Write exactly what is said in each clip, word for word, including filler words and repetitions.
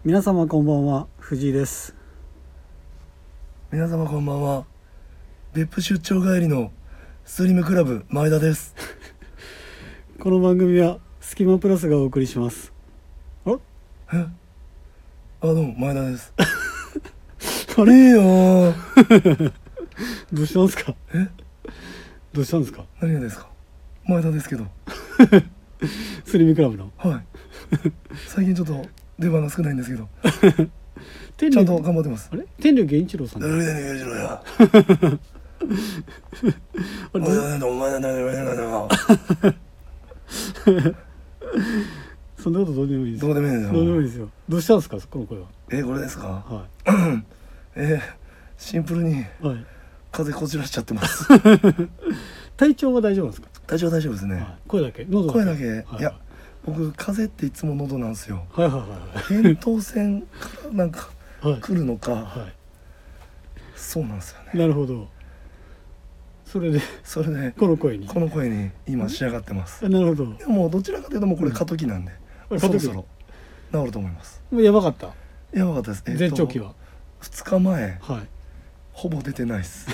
皆様こんばんは、藤井です。 皆様こんばんは。別府出張帰りのスリムクラブ前田です。 この番組はスキマプラスがお送りします。あえあどうも前田です。あれよーどうしたんですか。 えどうしたんですか。 何がですか。前田ですけど。 スリムクラブのはい最近ちょっと出番が少ないんですけど天ちゃんと頑張ってます。 あれ天竜源一郎さんだ。 誰だね言うしろやあれお前なんだお前なんだお前なんだそんなことどうでもいいです。 どうでもいいですよ。 どうでもいいですよ。どうしたんですか、この声は。 えこれですか。 はえシンプルにい、はい、 風邪こじらしちゃってます体調は大丈夫なんですか。 体調大丈夫ですね、 はい、声だけ喉声だけ、 はいはい、 いや僕風邪っていつも喉なんですよ。 はいはいはい扁桃腺からなんかはい来るのか、 はい、 そうなんですよね。 なるほど。それでそれでこの声にこの声に今仕上がってます。 なるほど。 でもどちらかというともうこれ過渡期なんで、 うん、 そろそろ治ると思います。 もうやばかった。 やばかったです、えー、 前兆期はふつかまえ、 はい、 ほぼ出てないです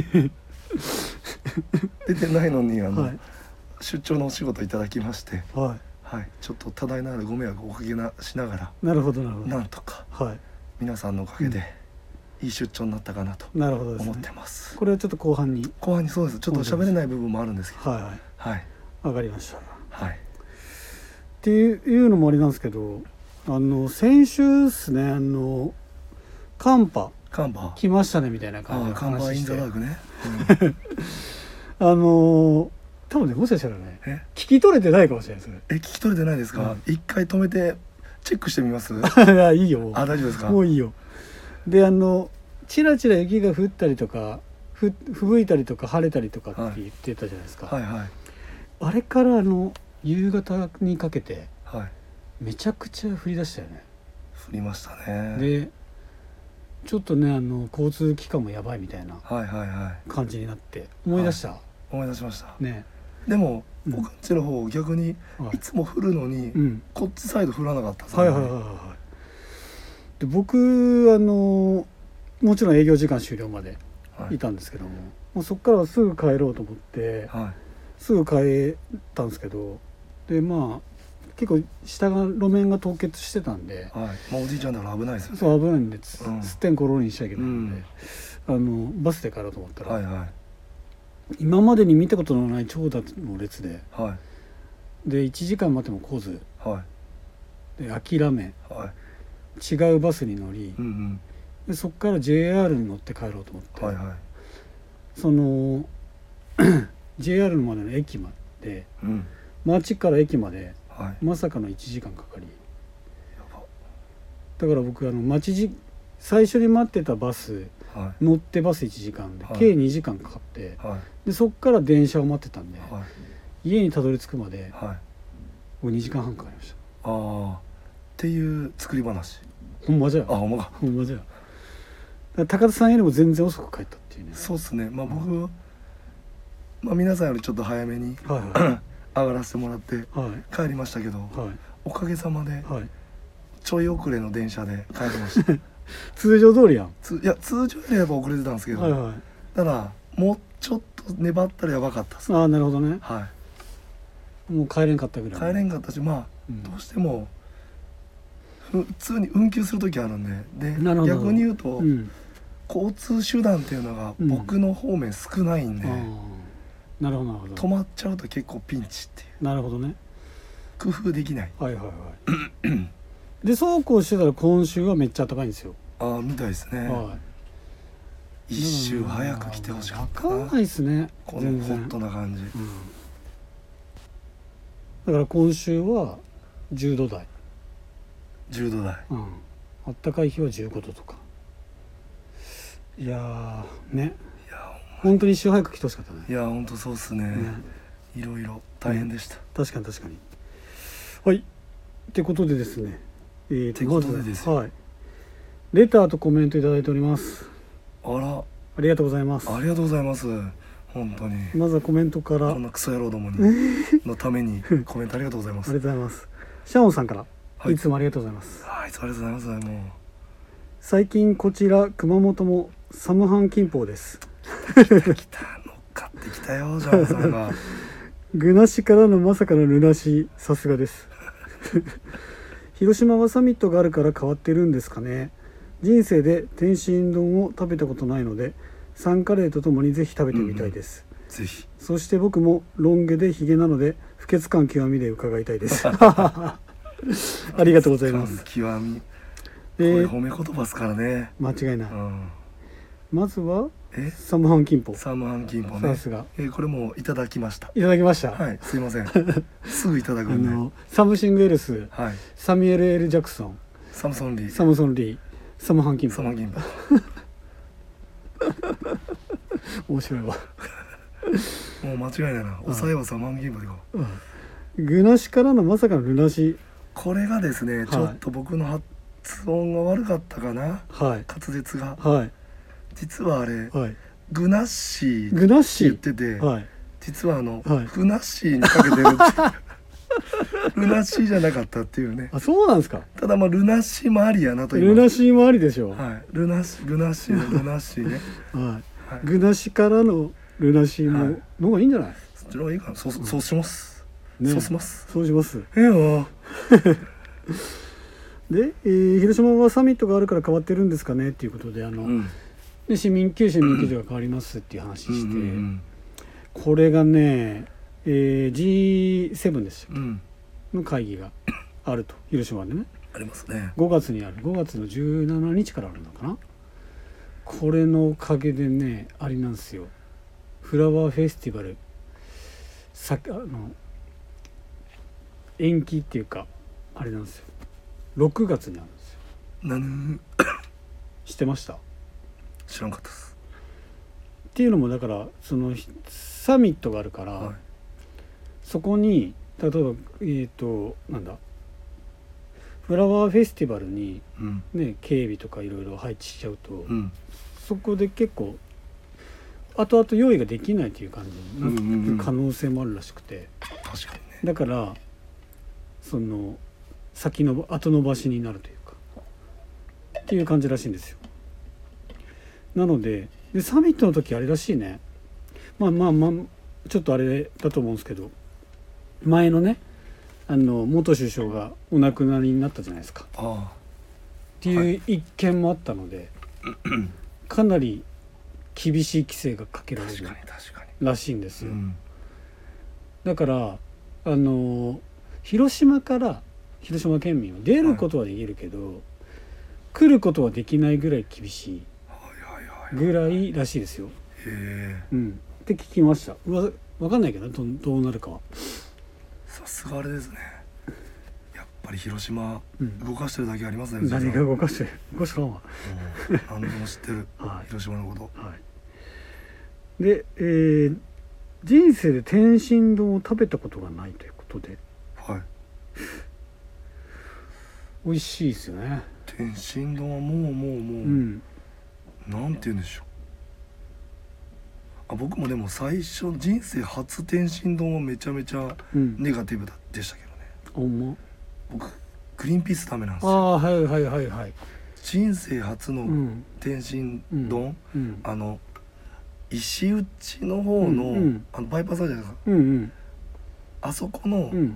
出てないのにあの、はい、出張のお仕事いただきまして、はいはい、ちょっと多大なるご迷惑をおかけなしながら、 なるほどなるほど、 なんとか、はい、皆さんのおかげで、うん、いい出張になったかなと思ってます。 ね、これはちょっと後半に後半にそうです。ちょっと喋れない部分もあるんですけど、 はいはいはい、わかりました。 はい。 っていうのもあれなんですけど、あの先週ですね、あの寒波寒波来ましたねみたいな感じの話して、 寒波インザダークね、 うん、あの多分ね、もしかしたらね聞き取れてないかもしれないですね。 え聞き取れてないですか、うん、一回止めてチェックしてみますいやいいよ、 あ大丈夫ですか。 もういいよ。であのチラチラ雪が降ったりとかふ吹雪いたりとか晴れたりとかって言ってたじゃないですか、 はいはいはい、 あれからあの夕方にかけて、 はい、 めちゃくちゃ降り出したよね。 降りましたね。 でちょっとね、あの交通機関もやばいみたいな感じになって思い出した、はい、 思い出しましたね。 でも、うん、僕んちの方逆にいつも降るのに、はい、こっちサイド降らなかったですね。はいはいはいはい。 で僕あのもちろん営業時間終了までいたんですけども、はい、もうそこからはすぐ帰ろうと思って、はい、すぐ帰ったんですけど、でまあ結構下が路面が凍結してたんで、 はい、まあ、おじいちゃんだから危ないですよね。 そう危ないんで、うん、すってんころりにしちゃいけないんで、うん、あのバスで帰ろうと思ったら、はいはい、今までに見たことのない長蛇の列で、はい、でいちじかん待っても来ず、はい、で諦め、はい、違うバスに乗り、うんうん、でそこから ジェイアール に乗って帰ろうと思って、はいはい、そのジェイアール までの駅まで、うん、町から駅まではい、まさかのいちじかんかかり、だから僕あの待ちじ最初に待ってたバス、はい、乗ってバスいちじかんで、はい、計にじかんかかって、はい、でそっから電車を待ってたんで、はい、家にたどり着くまで、はい、もうにじかんはんかかりました。 ああっていう作り話。 ほんまじゃ。 あほんまか。 ほんまじゃ。だから高田さんよりも全然遅く帰ったっていうね。 そうっすね。まあ僕、うんまあ、皆さんよりちょっと早めに、はいはい上がらせてもらって帰りましたけど、はい、おかげさまでちょい遅れの電車で帰りました通常通りやん。 ついや通常よりやっぱ遅れてたんですけど、はいはい、ただもうちょっと粘ったらやばかったです。 ああなるほどね、 はい、 もう帰れんかったぐらい。 帰れんかったし、まあ、うん、どうしても普通に運休する時あるんで、で逆に言うと、うん、交通手段っていうのが僕の方面少ないんで、うんなるほどなるほど。 止まっちゃうと結構ピンチっていう。 なるほどね。 工夫できない。はいはいはい。 でそうこうしてたら今週はめっちゃ暖かいんですよ。 ああみたいですね。はい。一週早く来てほしかったな。 わかんないですね。 このホットな感じ、うん。 だから今週はじゅうど台。 じゅうど台。 うん。暖かい日はじゅうごどとか。いやーね。本当に一周早く来てほしかったね。 いや本当そうっす ね, ねいろいろ大変でした、ね、 確かに確かに。はいってことでですね、 えー、ってことでですよ、 はい、レターとコメントいただいております。 あらありがとうございます。 ありがとうございます本当に。 まずはコメントからこんなクソ野郎どもにのためにコメントありがとうございますありがとうございます。シャオンさんから、 はい、いつもありがとうございます。 はい、いつもありがとうございます。もう最近こちら熊本もサムハン金峰です。 来た来た乗っかってきたよジャンさんが。 具なしからのまさかのルナシ、さすがです。広島はサミットがあるから変わってるんですかね。人生で天津丼を食べたことないのでサンカレーとともにぜひ食べてみたいです、 うんうん、ぜひ。 そして僕もロン毛でヒゲなので不潔感極みで伺いたいです。ありがとうございます。 極み、えー、これ褒め言葉ですからね。 間違いない、うん、まずはえサムハン金峰。 サムハン金峰ね。 さすが、 えー、これもいただきました。 いただきました。 はい、すいません。すぐいただくんで。あのサムシングエルス、 はい、 サミュエル・エル・ジャクソン、 サムソン・リー、 サムソン・リー、サムハン金峰。 サムハン金峰。 面白いわ。 もう間違いないな。抑えはサムハン金峰でいこう。 うん、具なしからのまさかのルナシ。 これがですね、ちょっと僕の発音が悪かったかな。はい、滑舌が。はい。実はあれ。はい、グナッシーって言ってて、はい、実はあの、はい、フナッシーにかけてるってルナッシーじゃなかったっていうね。 あ、そうなんですか。 ただまあルナッシーもありやなという。 ルナッシーもありでしょう。 はい、ルナッシー、ルナッシーのルナッシーね。 はい、はい、グナシからのルナシーも、はい、の方がいいんじゃない。 そっちの方がいいかな。そう、そうします、ね、そうしますそうしますええよ。 で、えー、広島はサミットがあるから変わってるんですかねっていうことで、あの、うん、で市民旧市民基準が変わりますっていう話して、うんうんうん、これがね、えー、ジーセブン ですよ、うん、の会議があると、広島でね。 ありますね。 ごがつにある。ごがつのじゅうしちにちからあるのかな。これのおかげでね、あれなんですよ、フラワーフェスティバルさあの延期っていうかあれなんですよ、ろくがつにあるんですよ。 なん知ってました？ 知らんかったです。 っていうのもだからそのサミットがあるから、はい、そこに例えばえーとなんだフラワーフェスティバルに、うんね、警備とかいろいろ配置しちゃうと、うん、そこで結構後々用意ができないという感じになる可能性もあるらしくて、 確かにね。 だからその先の後延ばしになるというかっていう感じらしいんですよ。なので、でサミットの時あれらしいね、まあまあまあちょっとあれだと思うんですけど、前のねあの元首相がお亡くなりになったじゃないですか。ああっていう一件もあったので、はい、かなり厳しい規制がかけられるらしいんですよ、うん、だからあの広島から広島県民は出ることはできるけど、はい、来ることはできないぐらい厳しいぐらいらしいですよ。へえ、うん、って聞きました。わ分かんないけど ど, どうなるかは。 さすがあれですね、やっぱり広島、うん、動かしてるだけありますね。 何が動かしてる動かしてるの何でも知ってる、はい、広島のこと、はい、 で、えー、人生で天津丼を食べたことがないということで、はい、美味しいですよね。 天津丼はもうもうもう、うん、なんて言うんでしょう。あ、僕もでも最初人生初天津丼はめちゃめちゃネガティブだ、うん、でしたけどね。 ほんま。 僕グリーンピースダメなんですよ。 ああ、はいはいはいはい。 人生初の天津丼、うんうん、あの石打ちの方の、うんうん、あのバイパスあるじゃないですか、うんうん、あそこの、うん、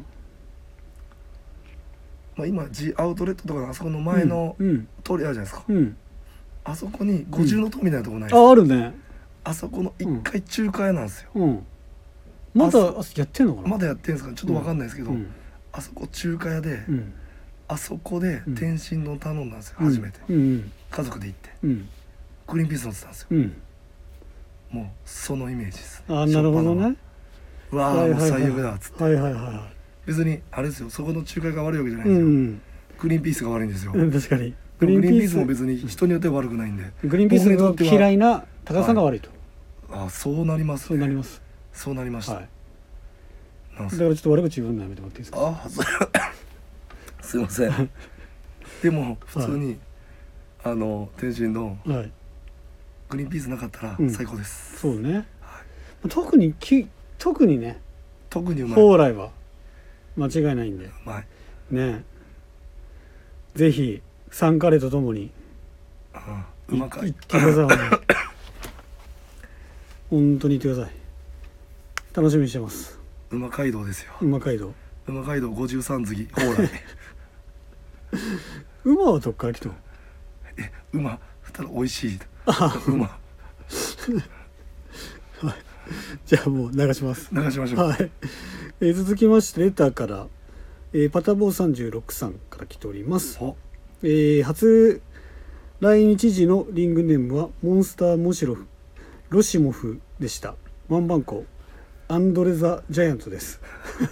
まあ、今 G アウトレットとかのあそこの前の通りあるじゃないですか、うんうん、あそこに五重塔みたいなとこないですか、 うん、あ、あるね。 あそこのいっかい中華屋なんですよ、うん、 まだやってんのかな。 まだやってんですかちょっと分かんないですけど、うん、あそこ中華屋で、うん、あそこで天津丼頼んだんですよ、うん、初めて、うんうん、家族で行って、うん、グリーンピース乗ってたんですよ、うん、もうそのイメージです、 ね、あ、なるほどね。 うわー、はいはいはい、もう最悪だっつって、 はいはいはい、 別にあれですよ、そこの中華屋が悪いわけじゃないんですよ、うん、グリーンピースが悪いんですよ、 うん、確かにグリーンピースも別に人によっては悪くないんで、 グリーンピースが嫌いな高さんが悪いと、 はい、あ、そうなります、ね、 そうなりますそうなりました、はい、 だからちょっと悪口言うのやめてもらっていいですか。 あ、すいませんでも普通に、はい、あの天津丼、はい、グリーンピースなかったら最高です、 うん、そうね、はい、特にき特にね特にうまい、 蓬莱は間違いないんでうまいね。 ぜひサンカレーとともにうまかい行ってください本当に行ってください。楽しみにしてます。 うま街道ですよ。 うま街道うま街道ごじゅうさん次蓬莱馬はどっから来たの？ え馬ただ美味しい馬はい、じゃあもう流します流しましょう。 はい、えー、続きましてレターから、えー、パタボーさんじゅうろくさんから来ております。えー、初来日時のリングネームはモンスターモシロフロシモフでした。ワンバンコアンドレザ・ジャイアントです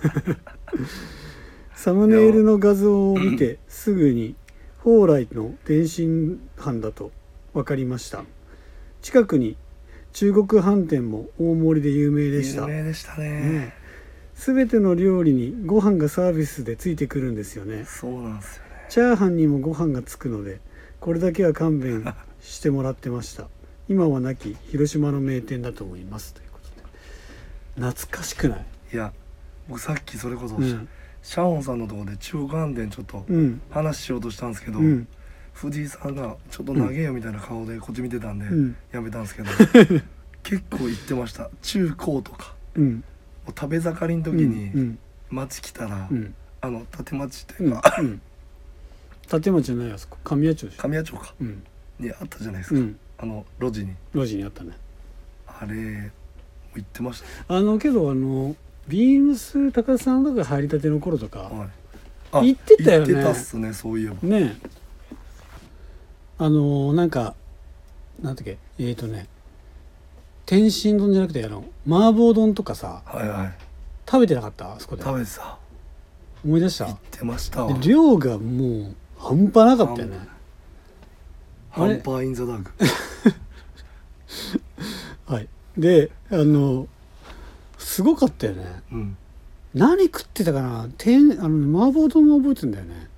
サムネイルの画像を見てすぐに蓬莱の天津飯だと分かりました。近くに中国飯店も大盛りで有名でした。 有名でしたね。 すべての料理にご飯がサービスでついてくるんですよね。 そうなんですよね。 チャーハンにもご飯がつくのでこれだけは勘弁してもらってました今はなき広島の名店だと思いますということで。懐かしくない？ いや僕さっきそれこそ、うん、シャオンさんのところで中国飯店ちょっと話しようとしたんですけど、うん、藤井さんがちょっと長えよみたいな顔でこっち見てたんで、うん、やめたんですけど結構言ってました。中高とか、うん、もう食べ盛りの時に町来たら、うん、あの立町っていうか、うんうん、 立町じゃないやつ神谷町でしょ。 神谷町か、うん、にあったじゃないですか、うん、あの路地に路地にあったね。 あれ言ってましたね。 あのけどあのビームス高田さんとか入りたての頃とか、はい、行ってたよね。 行ってたっすねそういえばね。あのなんかなんだっけえーとね天津丼じゃなくてあの麻婆丼とかさ、 はいはい、 食べてなかった？あそこで食べてた。 思い出した。 行ってましたわ。 量がもう半端なかったよね。 ハンパーインザダークはいであのすごかったよね、うん、何食ってたかな。天あの麻婆丼も覚えてるんだよね。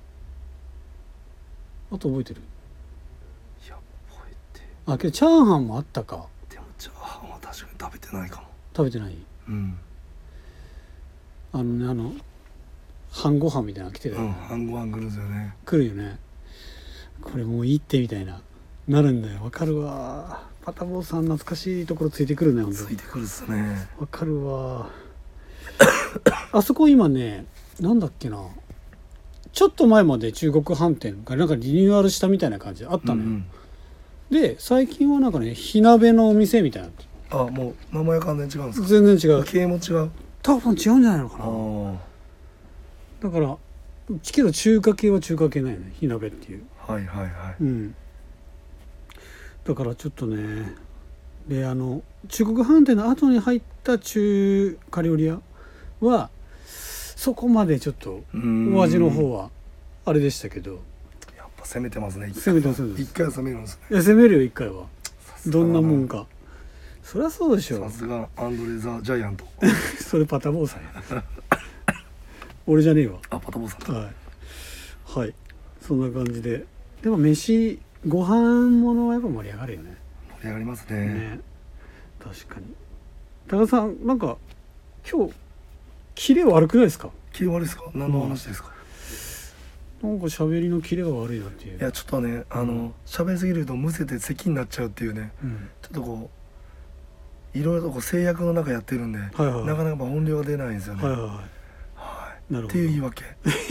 あと覚えてる？ いや覚えてあけどチャーハンもあったか。 でもチャーハンは確かに食べてないかも。 食べてない。うんあのねあの半ご飯みたいなの来てるよね、 うん、半ご飯来るんですよね。 来るよね。これもういいってみたいななるんだよ。わかるわ。パタボーさん懐かしいところついてくるね。ほんとついてくるっすね。 わかるわあそこ今ねなんだっけなちょっと前まで中国飯店がなんかリニューアルしたみたいな感じであったのよ、うんうん、で最近はなんかね火鍋のお店みたいな。 あもう名前は完全に違うんですか？ 全然違う。 経営も違う。 多分違うんじゃないのかな。だからけど中華系は中華系ないよね火鍋っていう。 はいはいはい、 うん、だからちょっとねであの中国飯店の後に入った中華料理屋はそこまでちょっとお味の方はあれでしたけどやっぱ攻めてますね。 攻めてますね。 一回は攻めるんですね。 いや攻めるよ一回は。どんなもんか。そりゃそうでしょ。 さすがアンドレザ・ジャイアントそれパタボーさんや俺じゃねえわ。 あパタボーさんはい、はい、そんな感じででも飯ご飯ものはやっぱ盛り上がるよね。 盛り上がります ね, ね確かに。高田さんなんか今日キレ悪くないですか？ キレ悪いですか？何の話ですか？ うん、なんか喋りのキレが悪いなっていう。 いやちょっとねあの喋りすぎるとむせて咳になっちゃうっていうね、うん、ちょっとこういろいろとこう制約の中やってるんで、はいはいはい、なかなか音量が出ないんですよね。はいはいはい、はい、なるほどっていう言い訳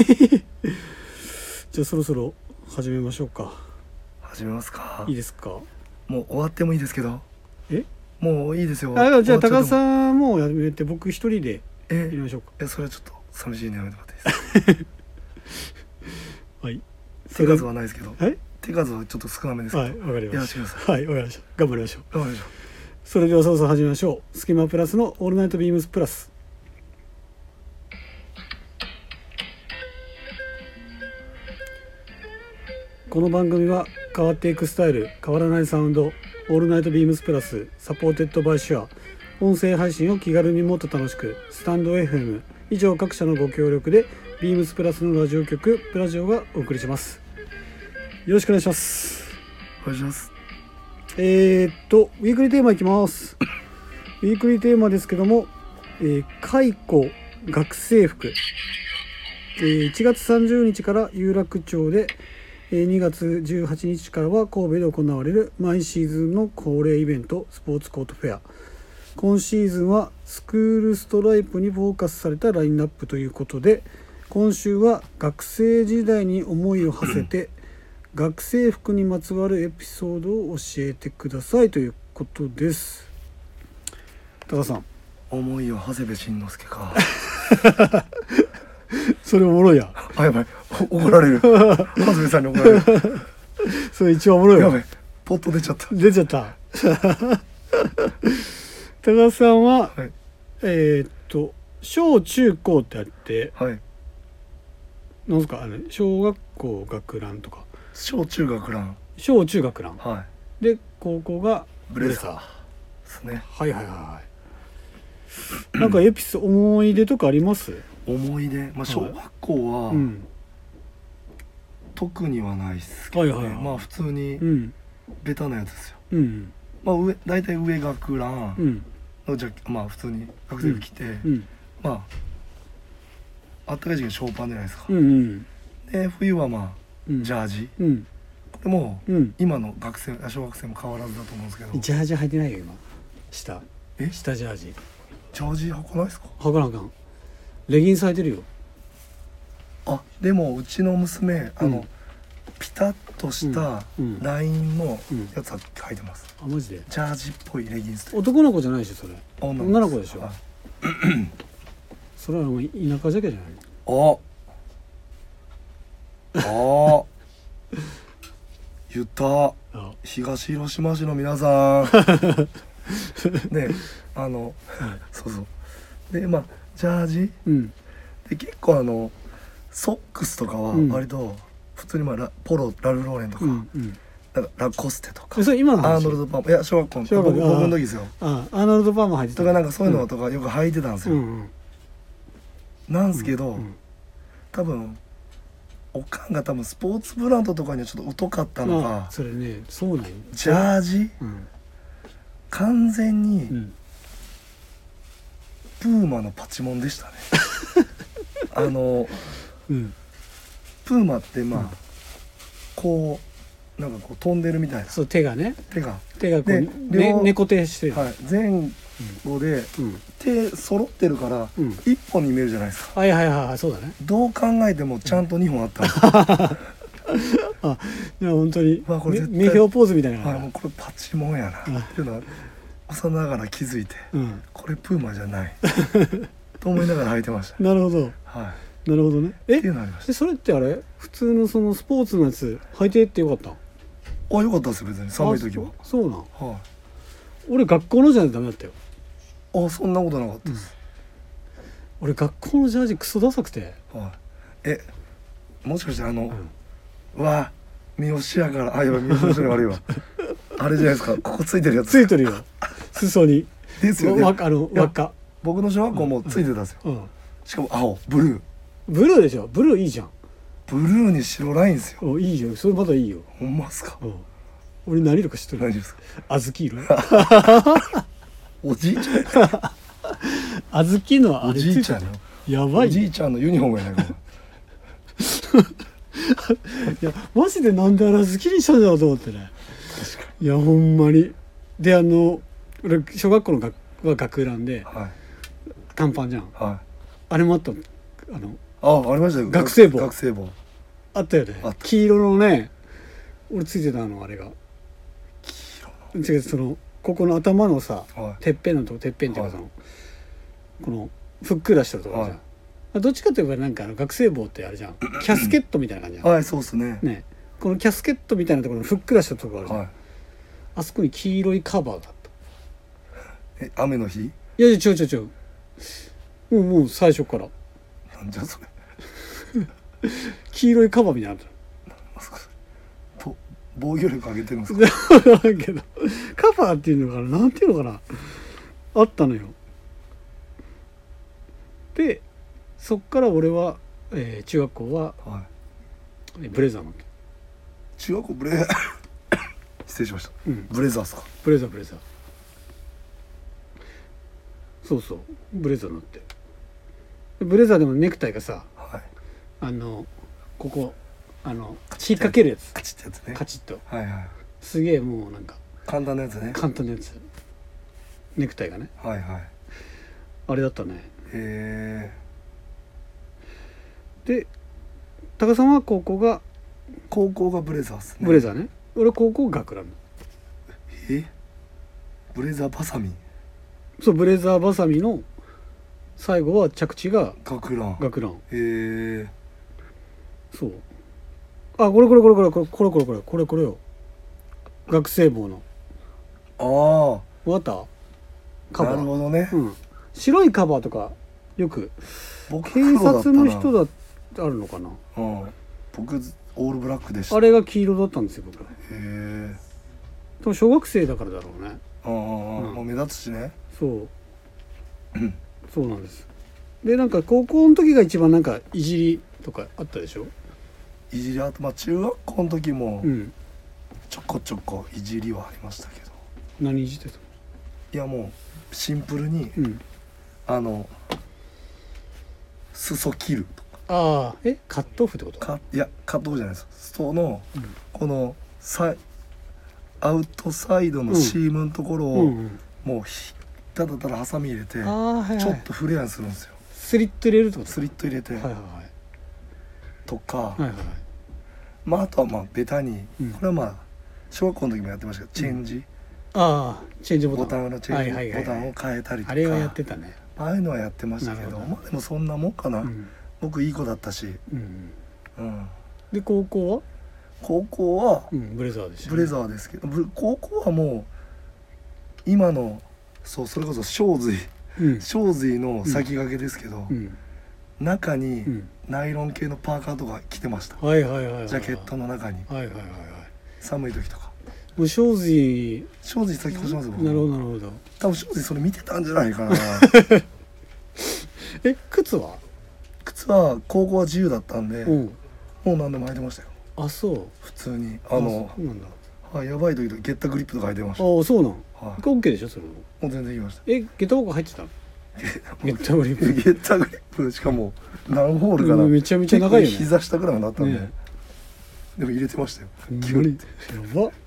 じゃあそろそろ始めましょうか。 始めますか？ いいですか？ もう終わってもいいですけど。 えもういいですよ。 あじゃあ高田さんもうやめて僕一人でやりましょうか。 えそれはちょっと寂しいね。やめてもらっていいですかはい手数はないですけど手数はちょっと少なめですけど。 はいわかりました。 やらせてください。 はいわかりました。頑張りましょう。 頑張りましょう。 それではそろそろ始めましょう。スキマプラスのオールナイトビームスプラス。この番組は変わっていくスタイル変わらないサウンドオールナイトビームスプラスサポーテッドバイシュア音声配信を気軽にもっと楽しくスタンド エフエム 以上各社のご協力でビームスプラスのラジオ局プラジオがお送りします。よろしくお願いします。 お願いします。 えー、っとウィークリーテーマいきますウィークリーテーマですけども、えー、解雇学生服えー、いちがつさんじゅうにちから有楽町で、えー、にがつじゅうはちにちからは神戸で行われる毎シーズンの恒例イベントスポーツコートフェア。今シーズンはスクールストライプにフォーカスされたラインナップということで、今週は学生時代に思いを馳せて学生服にまつわるエピソードを教えてくださいということです。高さん、 思いを長谷部慎之介かそれおもろいや。 あ、やばい、怒られる長谷部さんに怒られるそれ一番おもろいよ。 やばい、ポッと出ちゃった出ちゃった高さんは、はい、えー、っと小中高ってあって、はい、なんですかあれ、小学校学ランとか小中学ラン小中学ラン、 はい、 で高校がブレザーですね。 はいはいはい。なんかエピソード思い出とかあります？ 思い出、まあ、小学校は、はい、うん、特にはないっすけどね、はいはいはい、まあ普通にベタなやつですよ、うん、まあ上大体上学ランの、うん、じゃまあ普通に学生服着て、うんうん、まああったかい時期はショーパンじゃないですか、うんうん、で冬はまあ、うん、ジャージ、うん、これも、うん、今の学生小学生も変わらずだと思うんですけど。 ジャージ履いてないよ今。下え下ジャージジャージ履かないですか？ 履かなあかん。レギンス履いてるよ。 あ、でもうちの娘あの、うん、ピタッとしたラインのやつは履いてます、 うんうん。あ、マジで？ ジャージっぽいレギンス。 男の子じゃないでしょそれ。女の子でしょ。それはもう田舎じゃけじゃない？ ああ言った東広島市の皆さんね、あの、はい、そうそうで、まあジャージ、うん、で結構あのソックスとかは割と普通にまあラポロラルローレンとか、うんうん、なんかラコステとか、 それ今の話？ アーノルドパーマ、いや小学校の僕の時ですよ。 ああ、アーノルドパーマ履いてたとかなんかそういうのとかよく履いてたんですよ、うんうん、なんですけど、うんうん、多分おかんが多分スポーツブランドとかにはちょっと疎かったのか、 それね、そうなんよ。 ジャージ、うん、完全に、うん、プーマのパチモンでしたねあの、うん、プーマってまあ、うん、こうなんかこう飛んでるみたいな。 そう手がね手が手がこう、ね、猫手してる、 はい、前後で、うん、手揃ってるから一本に見えるじゃないですか、 はいはいはい、そうだね。 どう考えてもちゃんとにほんあったんですあ、いや本当に目標ポーズみたいな、 はい、もうこれパチモンやなっていうのは幼ながら気づいて、うん、これプーマじゃないと思いながら履いてました、 ね、なるほど、 はい、 なるほどね。えっていうのありました。 それってあれ普通のそのスポーツのやつ履いてってよかった？ あ、よかったです別に寒い時は。 そ, そうなん、 はい、 俺学校のじゃダメだったよ。 あ、そんなことなかったです、 うん、俺学校のジャージクソダサくて、 はい、えもしかしてあの、うん、わ三好やから、あ、やばい三好の人が悪いわあれじゃないですか、ここついてるやつついてるよ裾にですよね、 わあの輪っか。 僕の小学校もついてたんですよ、うんうん、しかも青ブルーブルーでしょ。ブルーいいじゃん。 ブルーに白ラインですよ。 お、いいよ、それまだいいよ。 ほんまっすか？うん、 俺何色か知ってる？ 何ですか？ 小豆色おじいちゃん小豆のあれついてた。 おじいちゃんのやばい、 おじいちゃんのユニフォームやないかいやマジでなんであれ小豆にしたんだろうと思ってね。確かに。いやほんまに。であの俺小学校の学は学ランで、はい、短パンじゃん、はい、あれもあったあのあ、ありましたよ。 学生帽。 学生帽あったよね。黄色のね、俺ついてたのあれが。 黄色の。 違う、そのここの頭のさ、はい、てっぺんのとこ、てっぺんっていうかその、はい、このふっくらしたところじゃん。はい、どっちかといえばなんかあの学生帽ってあれじゃん。キャスケットみたいな感じじゃん。 はい、そうですね。 ね、このキャスケットみたいなところのふっくらしたところあるじゃん。はい、あそこに黄色いカバーがあった。 え、雨の日？いやいや違う違う違う。もうもう最初から。 なんじゃそれ。 黄色いカバーみたいなのあった。 防御力上げてるんですか？ だけどカバーっていうのかな、なんていうのかな、あったのよ。でそっから俺は、えー、中学校は、はい、ブレザーの中学校ブレザー失礼しました、うん、ブレザーですか？ ブレザーブレザーそうそうブレザーになって、ブレザーでもネクタイがさ、はい、 あのここあの引っ掛けるやつカチッってやつね。 カチッとはいはい。 すげえもうなんか簡単なやつね。 簡単なやつネクタイがねはいはい。 あれだったね。 へえ。で高さんは高校が高校がブレザーっすね。 ブレザーね。俺高校学ラン。 えブレザーバサミ。 そうブレザーバサミの最後は着地が学ラン。 学ラン。 へえ。 そう。あこれこれこれこれこれこれこれこれこれこれよ。学生帽の。 ああ。 終わったカバー。 なるほどね。 うん。白いカバーとかよく僕警察の人だってあるのかな。 うん。僕オールブラックでした。 あれが黄色だったんですよ僕ら。へえ。 多分小学生だからだろうね。 ああ、うん、もう目立つしね。 そうそうなんです。でなんか高校の時が一番なんかいじりとかあったでしょ。 いじりあとまあ中学校の時もうんちょこちょこいじりはありましたけど、 何いじってたの。 いやもうシンプルに、 うん、 あの裾切るとか。 ああえカットオフってこと。 かいやカットオフじゃないです。裾の、 うん、 このサイアウトサイドのシームのところを、うんうん、もうひただただハサミ入れて、はいはい、ちょっとフレアにするんですよ。 スリット入れるってこと。 スリット入れて、はいはいはい、とか、 はいはい、 まああとはまあベタに、うん、これはまあ小学校の時もやってましたけど、チェンジ、 うん、ああチェンジボタン、 ボタンのチェンジ、はいはいはいはい、ボタンを変えたりとか、 あれはやってたね。 ああいうのはやってましたけど、まあでもそんなもんかな、うん、僕いい子だったし、 うんうん、 で高校は高校は、 うん、ブレザーでした、 ね、ブレザーですけど、高校はもう今のそうそれこそ小髄、うん、小髄の先駆けですけど、うん、中にナイロン系のパーカーとか着てました、 はいはいはいはい、 ジャケットの中に、 はいはいはいはい、 寒い時とかもう小髄小髄先越しますもん。 なるほどなるほど。 多分小髄それ見てたんじゃないかなえ靴は靴は高校は自由だったんで、うん、もう何でも履いてましたよ。あそう普通にあのそうなんだ、 はい、やばい時とゲッタグリップとか履いてました。 ああそうなん、 はい、 OK でしょそれも。 もう全然行きました。 えゲッタ箱入ってたのゲッタグリップゲッタグリップしかも何ホールかな、 めちゃめちゃ長いよね。 膝下ぐらいまであったんで、ね、でも入れてましたよ。キュリやば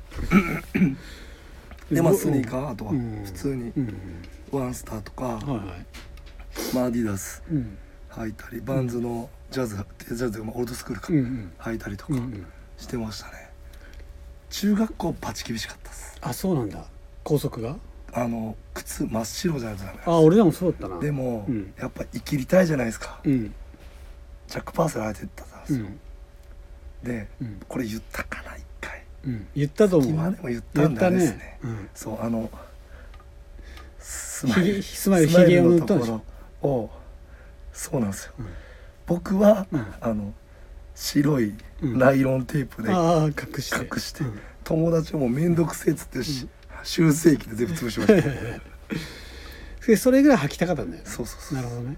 でまあスニーカー、あとは普通にワンスターとか、はいはい、まあアディダス履いたり、バンズのジャズ、ジャズまあオールドスクールか、うんうん、履いたりとかしてましたね。中学校バチ厳しかったです。 あそうなんだ。校則があの靴真っ白じゃないとダメなんです。 あ俺でもそうだったな。 でも、うん、やっぱ生きりたいじゃないですか、うん、ジャック・パーセル履いてったんですよ、うん、で、うん、これ言ったかな一回、 うん、言ったと思う。 今でも言ったんだですね、うん、そうあのスマイルスマイルひげを塗ったんでしょ。 をそうなんですよ、うん、僕は、うん、あの白いナイロンテープで隠して、 隠して、うん、友達はもう面倒くせえっつってし、うん、修正機で全部潰しましたでそれぐらい履きたかったんだよね。 そうそうそう。 なるほどね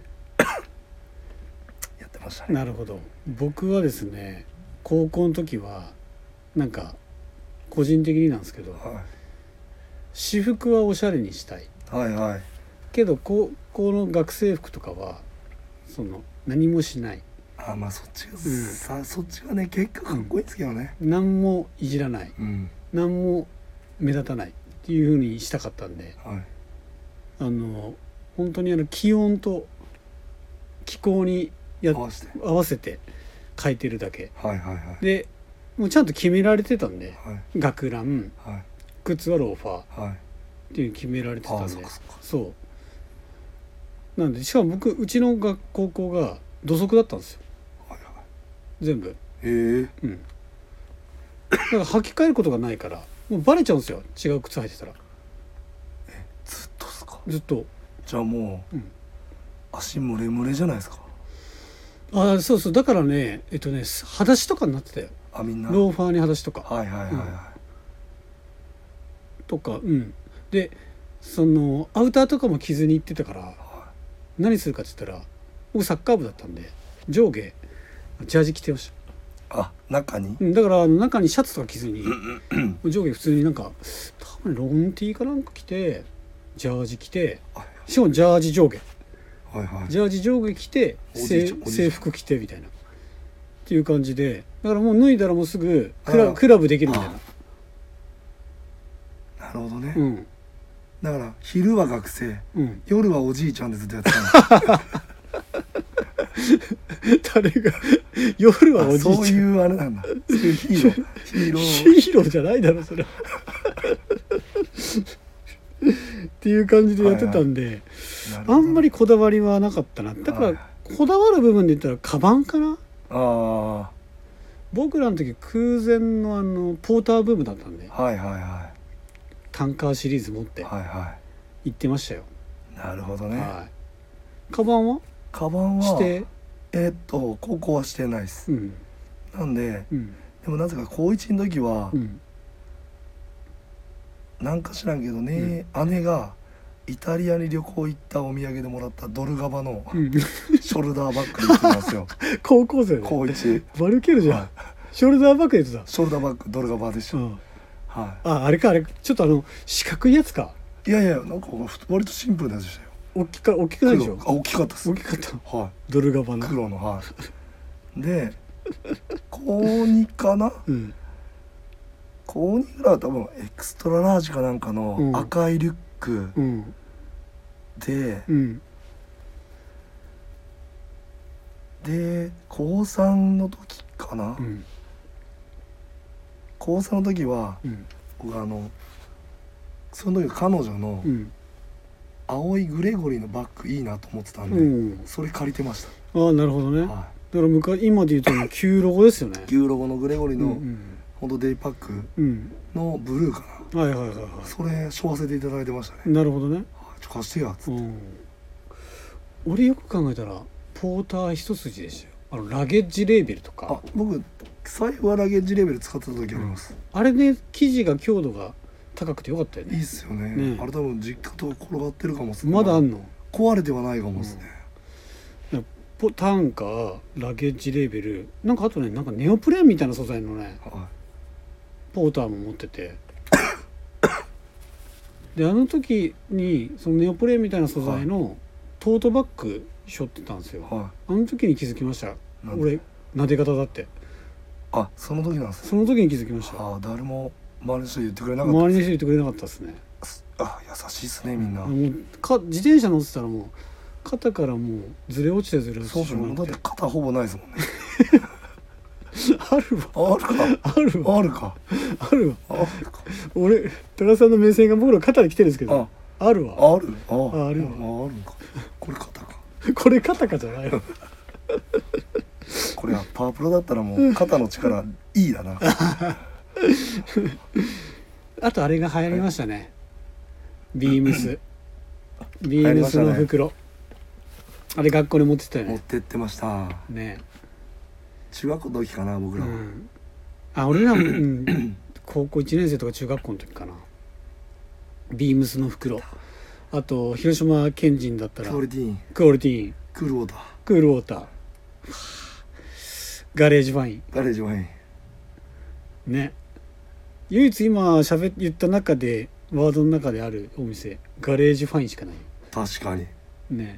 やってましたね。 なるほど。僕はですね高校の時はなんか個人的になんですけど、はい、私服はおしゃれにしたい、 はいはい、 けど高校の学生服とかはその何もしない。 あまあそっちが、うん、さそっちがね結果かっこいいですけどね、 うん、何もいじらない、うん、何も目立たないっていう風にしたかったんで、はい、あの本当にあの気温と気候にや合わせて合わせて書いてるだけ、 はいはいはい、でもうちゃんと決められてたんで、はい、学ラン、はい、靴はローファー、はい、っていう決められてたんで、そうなんでしかも僕うちの学高校が土足だったんですよ、はいはい、全部。へえ、うん、だから履き替えることがないからもうバレちゃうんですよ違う靴履いてたら。 えずっとですか。 ずっと。 じゃあもう、うん、足ムレムレじゃないですか。 ああそうそうだからねえっとね裸足とかになってたよ。 あみんなローファーに裸足とか。 はいはいはいはい、うん、 とかうんでそのアウターとかも着ずに行ってたから、はい、何するかって言ったら僕サッカー部だったんで上下ジャージ着てました。 あ中に、 うん、だから中にシャツとか着ずに上下普通になんか多分ロンティーかなんか着てジャージ着てしかもジャージ上下、はいはい、ジャージ上下着て制服着てみたいなっていう感じで、だからもう脱いだらもうすぐクラクラブできるみたいな。 なるほどね、 うん、 だから昼は学生、うん、夜はおじいちゃんでずっとやってたの誰が夜はおじいちゃん、 そういうあれなんだ、そういうヒーローヒーローヒーローじゃないだろそれっていう感じでやってたんで、はいはい、あんまりこだわりはなかったな。だから、はい、こだわる部分で言ったらカバンかな。あ僕らの時空前のあのポーターブームだったんで、 はいはいはい、 タンカーシリーズ持って行ってましたよ。 はいはい、なるほどね、はい、カバンはカバンはしてえー、っと高校はしてないです、うん、なんで、うん、でもなぜか高いちの時は、うん、なんか知らんけどね、うん、姉がイタリアに旅行行ったお土産でもらったドルガバのショルダーバッグで行ってたんですよ高校生で高いちバルケルじゃん、はい、ショルダーバッグで言ってた。 ショルダーバッグドルガバでした、うん、 はい、ああれか、あれちょっとあの四角いやつか。 いやいや、なんか割とシンプルなやつでしたよ。 大きか大きくないでしょ。 あ、大きかったっす。 大きかった、 はい、 ドルガバの黒の、はいで高にかな、うん、高にぐらいは多分エクストララージかなんかの赤いリュック、うん、で、うん、で高さんの時かな、うん、高さんの時は、うん、僕あのその時彼女の青いグレゴリーのバッグいいなと思ってたんで、うん、それ借りてました。 ああ、なるほどね、はい、だから昔今で言うと旧ロゴですよね。 旧ロゴのグレゴリーの、うんうん、ほんとデイパックのブルーかな、うん、はいはいはいはい、それしょわせていただいてましたね。 なるほどね、 ちょ貸してやっつって、うん、 俺よく考えたらポーター一筋でしたよ。あのラゲッジレーベルとか。 あ、僕財布はラゲッジレーベル使ってた時あります、 うん、あれね、生地が強度が高くてよかったよね。 いいっすよ ね, ねあれ多分実家と転がってるかもしれない。まだあんの？ 壊れてはないかもですね、 うん、ポタンカーラゲッジレーベルなんかあとね、なんかネオプレーンみたいな素材のね、はい、ポーターも持っててであの時にそのネオプレーンみたいな素材のトートバッグ背負ってたんですよ、はい、あの時に気づきました。俺なで方だって。 あ、その時なんですね。 その時に気づきました。 あ、誰も周りの人言ってくれなかった。 周りの人言ってくれなかったですね。 あ、優しいですねみんな。 もうか自転車乗ってたらもう肩からもうずれ落ちてずれ落ちてしまって。そうそう、だって肩ほぼないですもんねあるわ。 あるか。 あるわ。 あるか。 あるわ。あるか。俺高田さんの目線が僕の肩に来てるんですけど、あ, あるわ。 ある。あ、 あ, あるわ。 あ, あるか。これ肩か。 これ肩かじゃないわこれはパワープロだったらもう肩の力いいだなあとあれが流行りましたね、はい、ビームスビームスの袋、ね、あれ学校に持ってたよね。 持ってってましたね。 中学校の時かな僕らは、うん、 あ、俺らも、うん、高校いちねん生とか中学校の時かな。ビームスの袋、あと広島県人だったらクオリティーンクオリティーンクールウォータークールウォーターガレージファインガレージファインね。唯一今しゃべ言った中でワードの中であるお店ガレージファインしかない。 確かにね。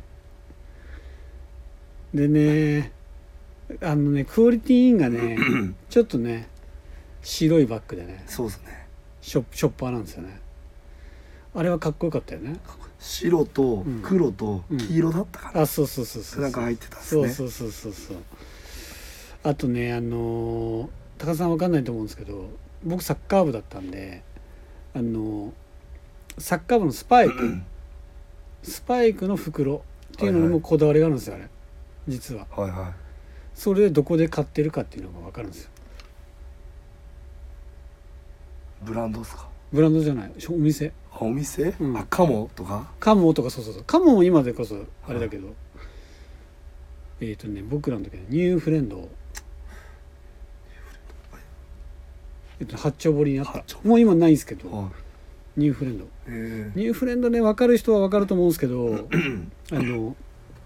でね、あのねクオリティーンがねちょっとね白いバッグでね、 そうですね、 ショップショッパーなんですよね。あれはかっこよかったよね。 白と黒と黄色だったかな、うんうん、あ、 そうそうそうそう、 なんか入ってたんですね。 そうそうそうそう。あとね、あのー、高田さんわかんないと思うんですけど、僕サッカー部だったんで、あのー、サッカー部のスパイクスパイクの袋っていうのにもこだわりがあるんですよ、あれ実は。 はいはい。 それでどこで買ってるかっていうのがわかるんですよ。 ブランドですか？ ブランドじゃない、お店。 お店、うん、あ、カモとかカモとか、そうそうそう、カモも今でこそあれだけど、はい、えっ、ー、とね僕らの時はニューフレンド、えっと、八丁堀にあった。もう今ないんですけど、はい、ニューフレンド、えー、ニューフレンドね、分かる人は分かると思うんですけどあの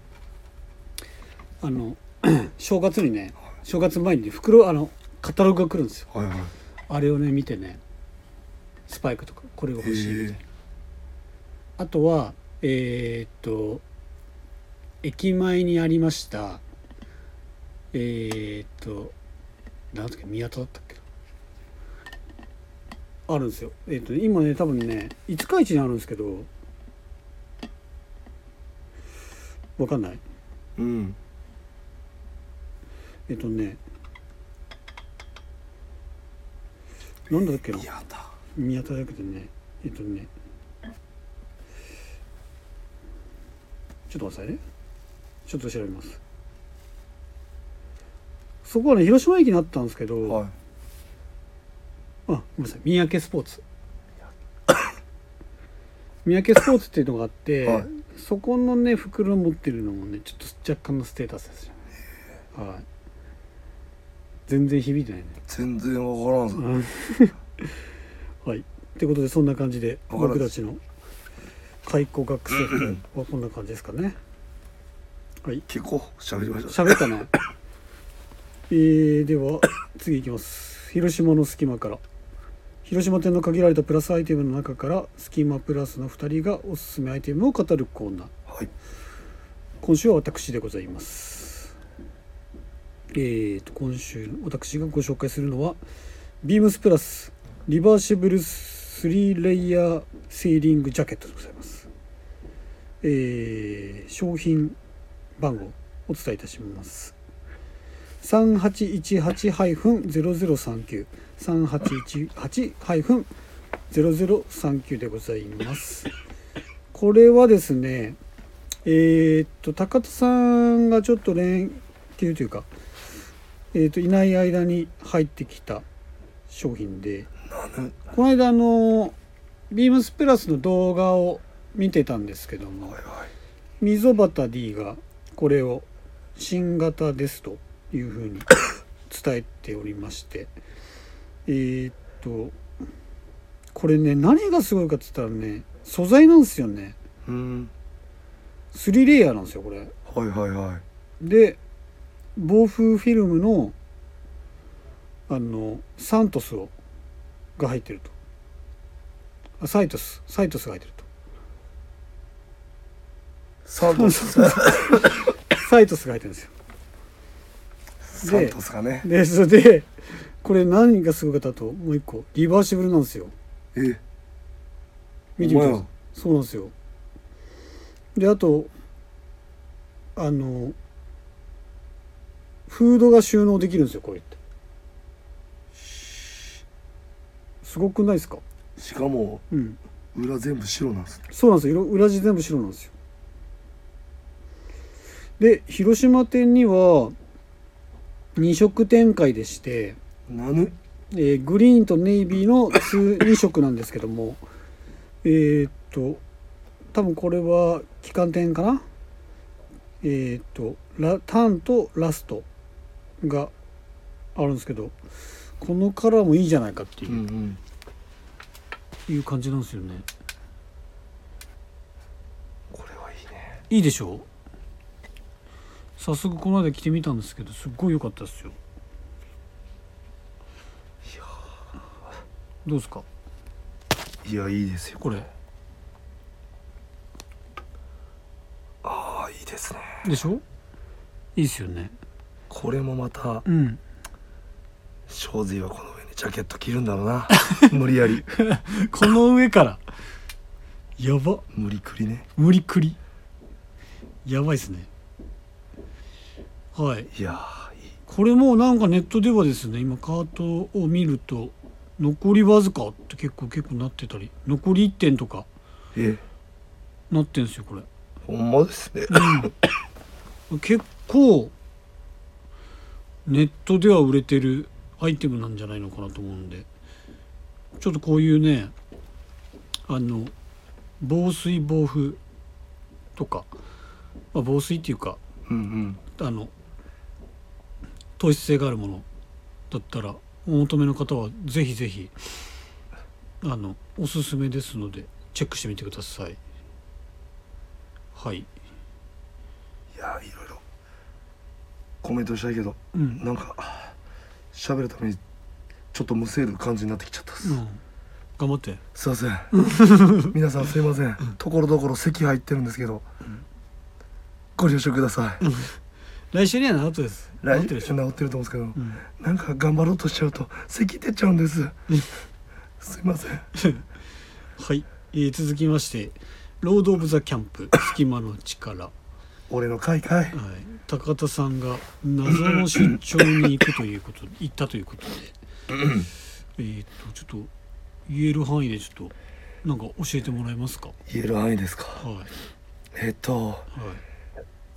あの正月にね、正月前に、ね、袋、あのカタログが来るんですよ、はいはい、あれをね見てね、スパイクとかこれが欲しいみたいな。あとはえー、っと駅前にありましたえー、っとなんだっけ宮田だったっけあるんですよ。えっ、ー、と今ね多分ね五日市にあるんですけどわかんない。 うんえっ、ー、とねなんだっけな宮田宮田だけどねえっ、ー、とねちょっと待ってくださいね。ちょっと調べます。そこはね広島駅にあったんですけど、はい、あごめんなさい三宅スポーツ三宅スポーツっていうのがあって、はい、そこのね袋持ってるのもねちょっと若干のステータスですよね。はい、全然響いてないね。 全然わからんぞはいということでそんな感じで僕たちの開校学生服はこんな感じですかね。はい、 結構喋りました喋ったねえー、では次いきます。広島の隙間から。広島店の限られたプラスアイテムの中から隙間プラスのふたりがおすすめアイテムを語るコーナー、はい、今週は私でございます。えーと今週私がご紹介するのはビームスプラスリバーシブルスリーレイヤーセーリングジャケットでございます。えー、商品番号お伝えいたします。さんはちいちはち ゼロゼロさんきゅう さんはちいちはち ゼロゼロさんきゅうでございます。これはですねえー、っと高田さんがちょっと連休というか、えー、っといない間に入ってきた商品で、この間あのビームスプラスの動画を見てたんですけども、はいはい、溝端 D がこれを新型ですというふうに伝えておりまして、えー、っとこれね何がすごいかって言ったらね素材なんですよね。うん、スリーレイヤーなんですよこれ。 はいはいはい。 で防風フィルムのあのサントスをが入ってると。あサイトスサイトスが入ってると。 サントスサイトスが入ってるんですよ。 サントスがね。 でそれでこれ何がすごかったともう一個リバーシブルなんですよ。 え見てみてください。そうなんですよ。であとあのフードが収納できるんですよこれって。すごくないですか。 しかも、うん、裏全部白なんですね。 そうなんですよ。裏地全部白なんですよ。で広島店にはに色展開でして、 なぬ、 えー、グリーンとネイビーのに色なんですけどもえー、っと多分これは旗艦店かな。えー、っとラタンとラストがあるんですけど、このカラーもいいじゃないかっていう、うんうん、いう感じなんですよね。 これはいいね。 いいでしょう。早速この間着てみたんですけどすっごい良かったですよ。いやどうですか。 いやいいですよこれ。 ああいいですね。 でしょ。いいですよね。 これもまた、 うん、 正髄はこの上にジャケット着るんだろうな無理やりこの上からやば無理くりね。 無理くりやばいですね。はい。 いやいい。 これもなんかネットではですね今カートを見ると残りわずかって結構結構なってたり残りいってんとかえなってんですよこれ。 ほんまですね、 うん、結構ネットでは売れてるアイテムなんじゃないのかなと思うんで、ちょっとこういうねあの防水防風とか、まあ、防水っていうか、うんうん、あの糖質性があるものだったらお求めの方はぜひぜひあのおすすめですのでチェックしてみてください。はい。いやいろいろコメントしたいけど、うん、なんか喋るためにちょっと無声な感じになってきちゃったっす、うん、 頑張って。 すいません皆さんすいませんところどころ咳入ってるんですけど、うん、ご了承ください、 来週には治ってです。 治ってるでしょ。治ってると思うんですけど、うん、なんか頑張ろうとしちゃうと咳出ちゃうんですすいませんはい、えー、続きましてロード・オブ・ザ・キャンプ隙間の力俺の会会、はい、 高田さんが謎の出張に行くということ行ったということでえっとちょっと言える範囲でちょっとなんか教えてもらえますか。 言える範囲ですか。はい、えっと、はい、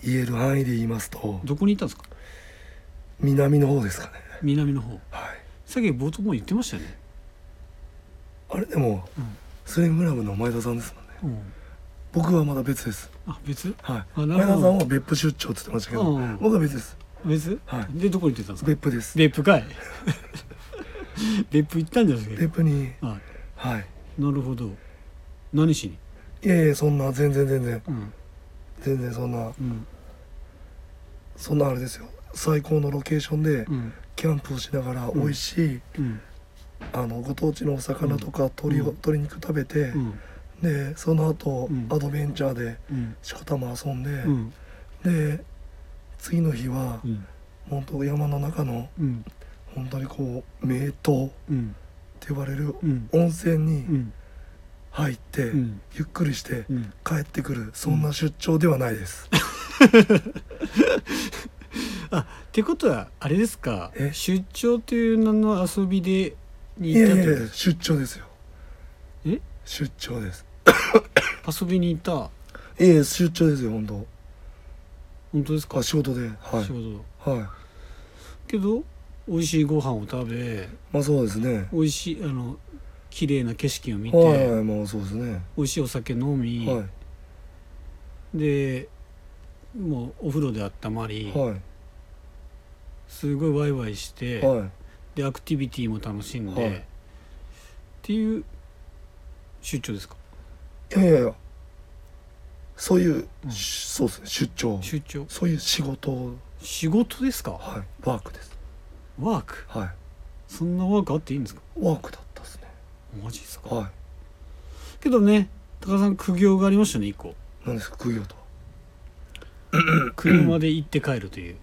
言える範囲で言いますとどこに行ったんですか。 南の方ですかね。 南の方。はい。さっき冒頭も言ってましたよね。 あれでも、うん、スリムグラムの前田さんですもんね、うん、僕はまだ別です。 あ、別。 はい。前田さんは別府出張って言ってましたけど、うん、僕は別です。 別。はい。でどこに行ってたんですか。 別府です。 別府かい別府行ったんじゃないですか。 別府に、 はい、 はい、 なるほど。何しに。 いやいやそんな全然全然、うん、全然そんな、うん、そんなあれですよ。最高のロケーションでキャンプをしながら美味しい、うん、あのご当地のお魚とか鶏を、うん、鶏肉食べて、うん、でその後、うん、アドベンチャーでしこたま遊んで、うん、で次の日は、うん、本当山の中の、うん、本当にこう名湯って呼ばれる温泉に入って、うん、ゆっくりして帰ってくる、そんな出張ではないです、 あ、ってことはあれですか。出張という名の遊びでに行ったってことですか。いやいや出張ですよ。 え出張です遊びに行った。 いやいや出張ですよ。本当本当ですか。 あ、仕事で、はい、 仕事。 はい。 けど美味しいご飯を食べ、 まあそうですね。 美味しいあの綺麗な景色を見て、 はい、はい、まあそうですね。 美味しいお酒飲み、はい、でもうお風呂で温まり、はい、すごいワイワイして、はい、でアクティビティも楽しんで、はい、っていう出張ですか。 いやいやいやそういう、うん、そうですね。出張出張そういう仕事仕事ですか。 はい、ワークです。 ワーク。 はい。 そんなワークあっていいんですか。 ワークだったですね。 マジですか。 はい。 けどね、高田さん苦行がありましたね。一個。 何ですか苦行とは。車で行って帰るという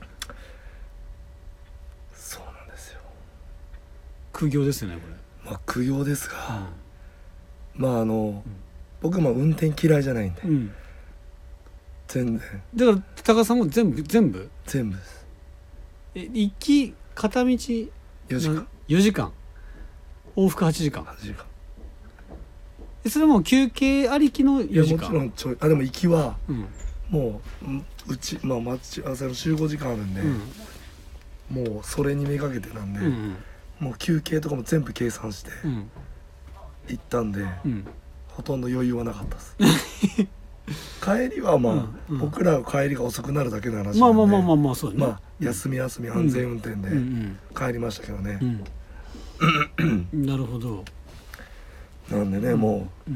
そうなんですよ。 苦行ですよねこれ。まあ苦行ですが、うん、まああの、うん、僕も運転嫌いじゃないんで、うん、全然。だから高田さんも全部全部全部です。 え行き片道よじかんよじかん往復はちじかんはちじかん。 それも休憩ありきのよじかん。 いやもちろんちょいあでも行きは、うん、もううちまあ待ち合わせの集合時間あるんで、うん、もうそれにめがけてなんで、うんうん、もう休憩とかも全部計算して行ったんで、うん、ほとんど余裕はなかったです帰りはまあ、うんうん、僕らは帰りが遅くなるだけの話なんで、 まあまあまあまあまあそうね。 まあ休み休み安全運転で帰りましたけどね、うんうん、なるほど。 なんでね、うん、もう、うん、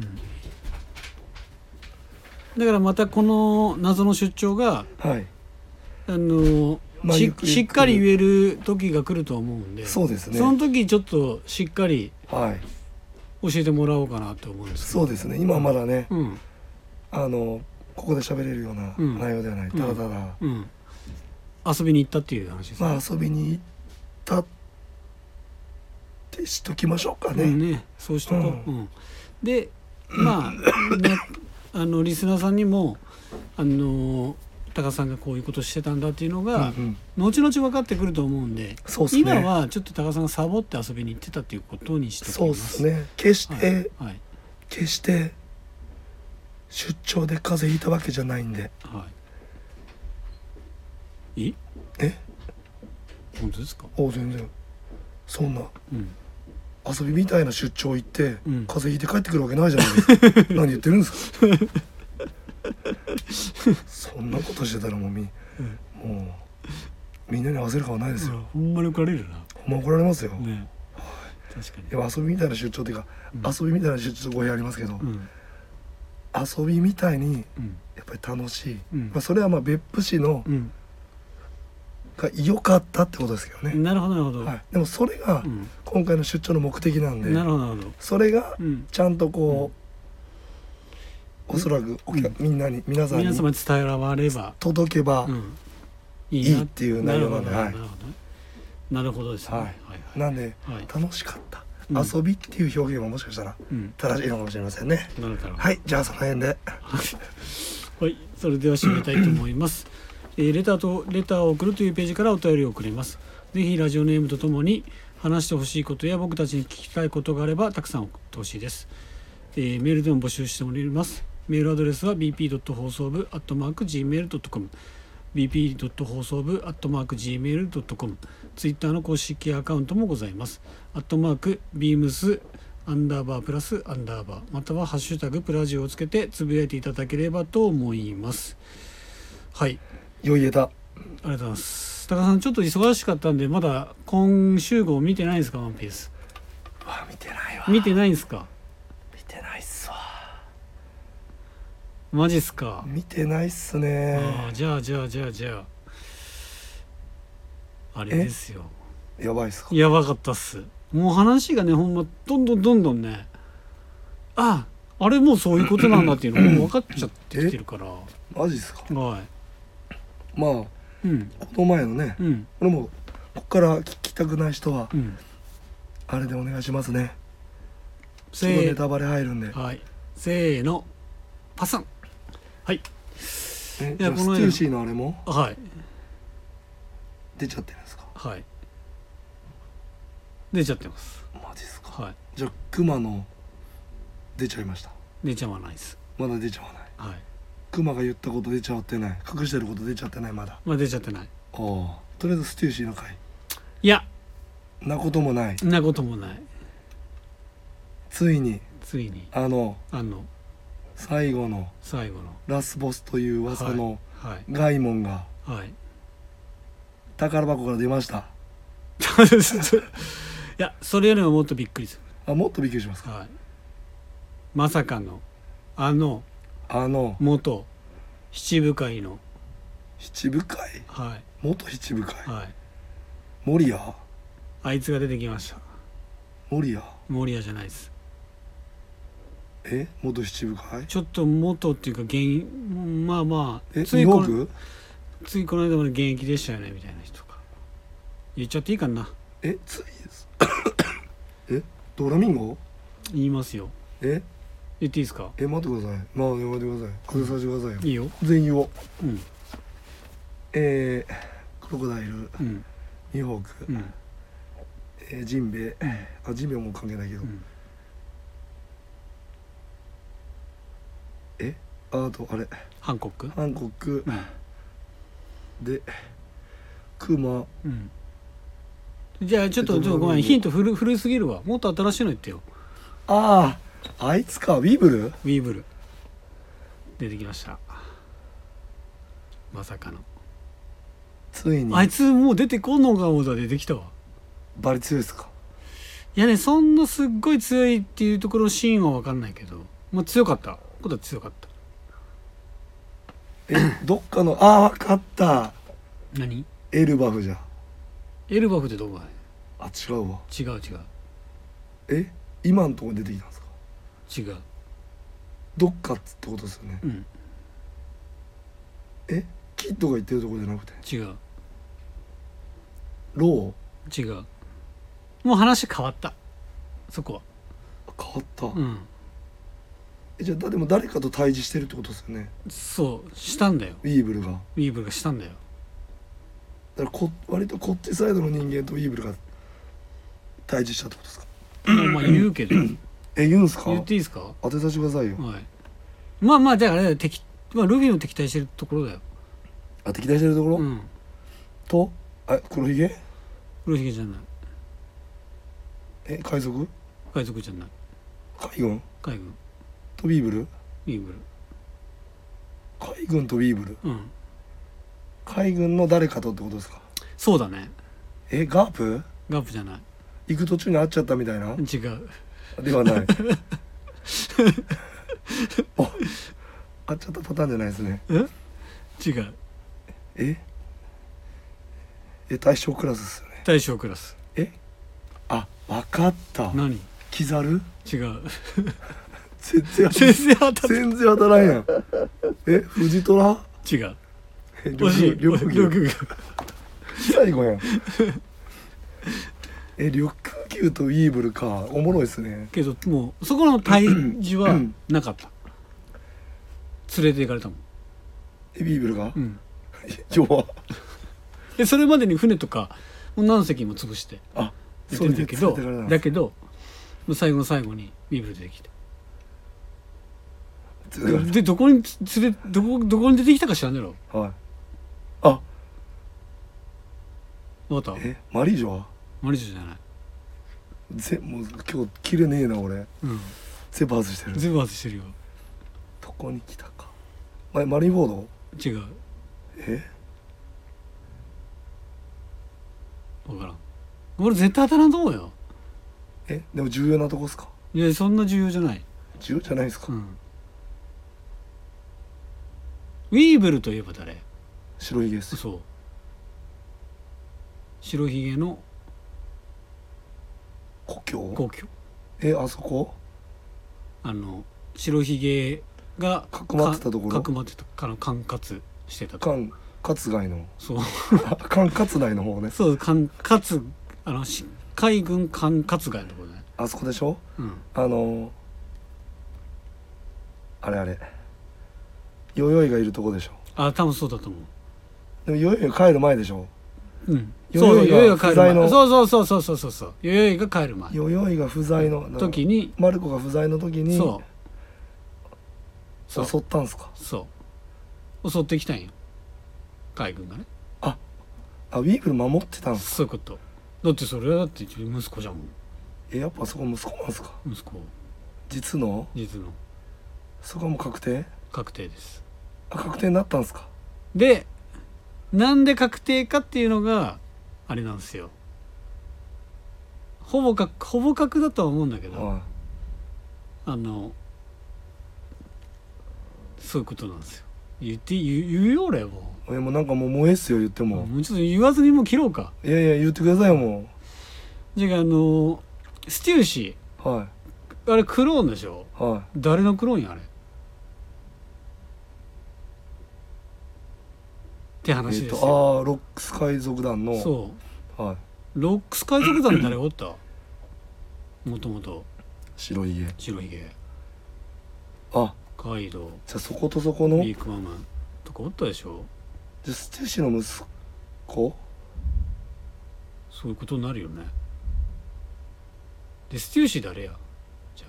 だからまたこの謎の出張が、はい、あの、まあ、し, しっかり言える時が来ると思うんで、 そうですね。 その時ちょっとしっかり教えてもらおうかなと思うんですけど、 そうですね。今はまだね、うん、あのここで喋れるような内容ではない、うん、ただただ、うんうん、 遊びに行ったっていう話ですね。 まあ遊びに行ったってしときましょうかね。 うんね、そうしとこう。うんうん、で、まあ、ね、あのリスナーさんにもあの高田さんがこういうことしてたんだっていうのが、うんうん、後々分かってくると思うんで、そうですね、今はちょっと高田さんがサボって遊びに行ってたっていうことにしておきます。 そうですね。決して、はいはい、決して出張で風邪ひいたわけじゃないんで。はい。 え？ え？ 本当ですか？ お全然そんな、うん、遊びみたいな出張行って、うん、風邪ひいて帰ってくるわけないじゃないですか何言ってるんですかそんなことしてたらもうみ、うん、もうみんなに合わせる顔ないですよ、 うん、ほんまに怒られるな。 ほんま怒られますよ、 ね、確かに。 いや遊びみたいな出張っていうか、うん、遊びみたいな出張と語弊ありますけど、うん、遊びみたいにやっぱり楽しい、うん、まあ、それはまあ別府市の、うんが良かったってことですけどね。 なるほどなるほど、 はい、でもそれが今回の出張の目的なんで、 なるほどなるほど、 それがちゃんとこう、うん、おそらくお客、うん、みんなに皆さんに皆様に伝えられば届けばいいっていう内容なんで、 なるほど、なるほどですね、はいはいはい、 なんで、はい、楽しかった、うん、遊びっていう表現はもしかしたら正しいのかもしれませんね、 うん、なるほど。 はい、じゃあその辺ではい、それでは締めたいと思います、えー、レターとレターを送るというページからお便りを送れます。ぜひラジオネームとともに話してほしいことや僕たちに聞きたいことがあればたくさん送ってほしいです、えー、メールでも募集しております。メールアドレスは ビーピー 放送部 アットマーク ジーメール ドットコム ビーピー 放送部 アットマーク ジーメール ドットコム ツイッターの公式アカウントもございます。アットマークビームスアンダーバープラスアンダーバーまたはハッシュタグプラジオをつけてつぶやいていただければと思います。はい、 よいえた。 ありがとうございます。高田さんちょっと忙しかったんでまだ今週号見てないんですか？ワンピース。 わ見てないわ。 見てないんですか？ 見てないっすわ。 マジっすか？ 見てないっすね。 ああじゃあじゃあじゃあじゃああれですよ。 やばいっすか？ やばかったっす。もう話がねほんまどんどんどんどんねああれもうそういうことなんだっていうのも分かっちゃってきてるからマジっすか？ はい。 まあ、うん、この前のね、うん、俺もここから聞きたくない人は、うん、あれでお願いしますね。ちょっとネタバレ入るんで、 はい、せーのパスン。はい。 えじゃあステューシーのあれもはい出ちゃってるんですか？ はい、出ちゃってます。 マジっすか？ はい。 じゃあクマの出ちゃいました？ 出ちゃわないです。 まだ出ちゃわない。はい。クマが言ったこと出ちゃってない、隠してること出ちゃってない。まだまだ出ちゃってない。 ああ、とりあえずステューシーの回いやなこともないなこともない。 ついについにあのあの最後の最後のラスボスという噂のガイモンが、 はいはい、 宝箱から出ました。 いやそれよりももっとびっくりする。 あもっとびっくりしますか？ はい、まさかのあのあの元七部会の七部会、 はい、 元七部会、 はい、 守谷あいつが出てきました。 守谷守谷じゃないです。 え元七部会ちょっと元っていうか現まあまあえついこのついこの間まで現役でしたよねみたいな人か言っちゃっていいかな。 えついですえドラミンゴ言いますよ。 え言っていいですか？ え待ってください。まあ待ってください。当てさせてくださいよ。 いいよ。 全員を。 うん。 えー、クロコダイル、うん、ミホーク、うん、えー、ジンベエ、あジンベエも関係ないけど、うん、えあとあれハンコックハンコック、うん、でクマ、 うん、じゃあちょっとちょっとごめんヒント古古すぎるわ。もっと新しいの言ってよ。 あああいつかウィーブルウィーブル出てきました。まさかのついにあいつもう出てこんのかもだ出てきたわ。 バリ強いですか？ いやねそんなすっごい強いっていうところのシーンは分かんないけどまあ強かったことは強かった。 えどっかのあ分かった。 何エルバフじゃ。 エルバフってどこかあ違うわ。 違う違う。 え今のとこ出てきたんですか？ 違う。 どっかってことですよね。 うん。 えキッドが言ってるところじゃなくて違う。 ロー違う。もう話変わったそこは。 変わった。 うん。 えじゃあでも誰かと対峙してるってことですよね。 そうしたんだよ。 ウィーブルがウィーブルがしたんだよ。 だからこ割とこっちサイドの人間とウィーブルが対峙したってことですか？ まあ言うけどえ言うんすか？ 言っていいですか？ 当てさせてくださいよ。 はい。まあまあだから敵、まあ、ルフィの敵対してるところだよ。 あ敵対してるところ、うん、とあ黒ひげ黒ひげじゃない。 え海賊海賊じゃない。 海軍海軍とビーブルビーブル海軍とビーブル、 うん、 海軍の誰かとってことですか？ そうだね。 えガープガープじゃない。 行く途中に会っちゃったみたいな。 違うではないあ会っちゃったパターンじゃないですね。 え違う。 ええ大将クラスですよね。 大将クラス。 えあ分かった。 何キザル違う全然全然当たらん。 全然当たらんやん。え藤虎違う。 惜しい。 緑牛最後やんえ緑牛とウィーブルかおもろいですね。 けどもうそこの退治はなかった連れて行かれたもんえウィーブルが、 うん、 弱でそれまでに船とかもう何隻も潰してあやってるんだけどだけど最後の最後にウィーブル出てきてでどこに連れどこどこに出てきたか知らんねやろ。 はいあ分かった。 えマリージョはマリージョじゃないぜもう今日着れねえな俺、 うん、 全部外してる全部外してるよ。 どこに来たかママリンボード違うえ分からん俺絶対当たらんと思うよ。 えでも重要なとこっすか。 いやそんな重要じゃない。 重要じゃないですか、 うん、ウィーブルといえば誰。 白ひげっす。 そう白ひげの故郷故郷えあそこあの白ひげがかくまってたところかくまってたから管轄してたと管轄外のそう管轄内の方ねそう管轄あの海軍管轄外のところねあそこでしょ、 うん、 あのあれあれヨヨイがいるとこでしょ。 あ多分そうだと思う。 でもヨヨイが帰る前でしょ。 うんヨヨイが不在のそうそうそうそうそうそうそうヨヨイが帰る前ヨヨイが不在の時にマルコが不在の時にそう襲ったんすか。 そう襲ってきたんよ海軍がね。 ああウィーブル守ってたんすか。 そういうこと。だってそれはだって息子じゃんもん。 えやっぱそこ息子なんすか。 息子実の実のそこはもう確定確定です。 あ確定になったんすか。 でなんで確定かっていうのがあれなんですよ。ほぼ確ほぼ確だとは思うんだけど、はい、あのそういうことなんですよ。言って言う言うよ俺もう。えもうなんかもう萌えっすよ言っても。 もうちょっと言わずにもう切ろうか。 いやいや言ってくださいよもう。じゃああのステューシー。はい。 あれクローンでしょ。はい。誰のクローンやあれ。って話ですよ。 えー、ああロックス海賊団のそう、 はい、 ロックス海賊団誰がおったもともと白ひげ白ひげあカイドウじゃあそことそこのビッグママンとかおったでしょ。 じゃあステューシーの息子そういうことになるよね。でステューシー誰やじゃ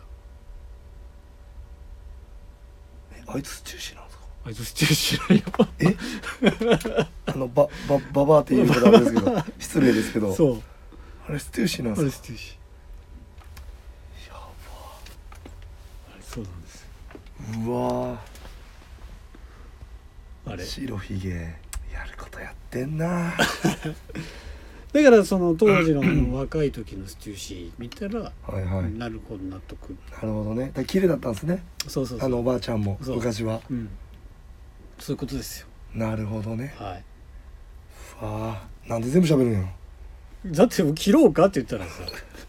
あえあいつステューシーなんですか。 あいつステューシーなんやえあのババババアって言うことあれですけど失礼ですけどそうあれステューシーなんですか。 あれステューシーやばあれそうなんですよ。 うわあれ白ひげやることやってんなだからその当時のあの若い時のステューシー見たらはいはいなるほど納得。 なるほどね。だから綺麗だったんですね。 そうそうそうあのおばあちゃんも昔は、 うん、そういうことですよ。 なるほどね。 はい。 ああなんで全部喋るんやろ。 だって切ろうかって言ったらさ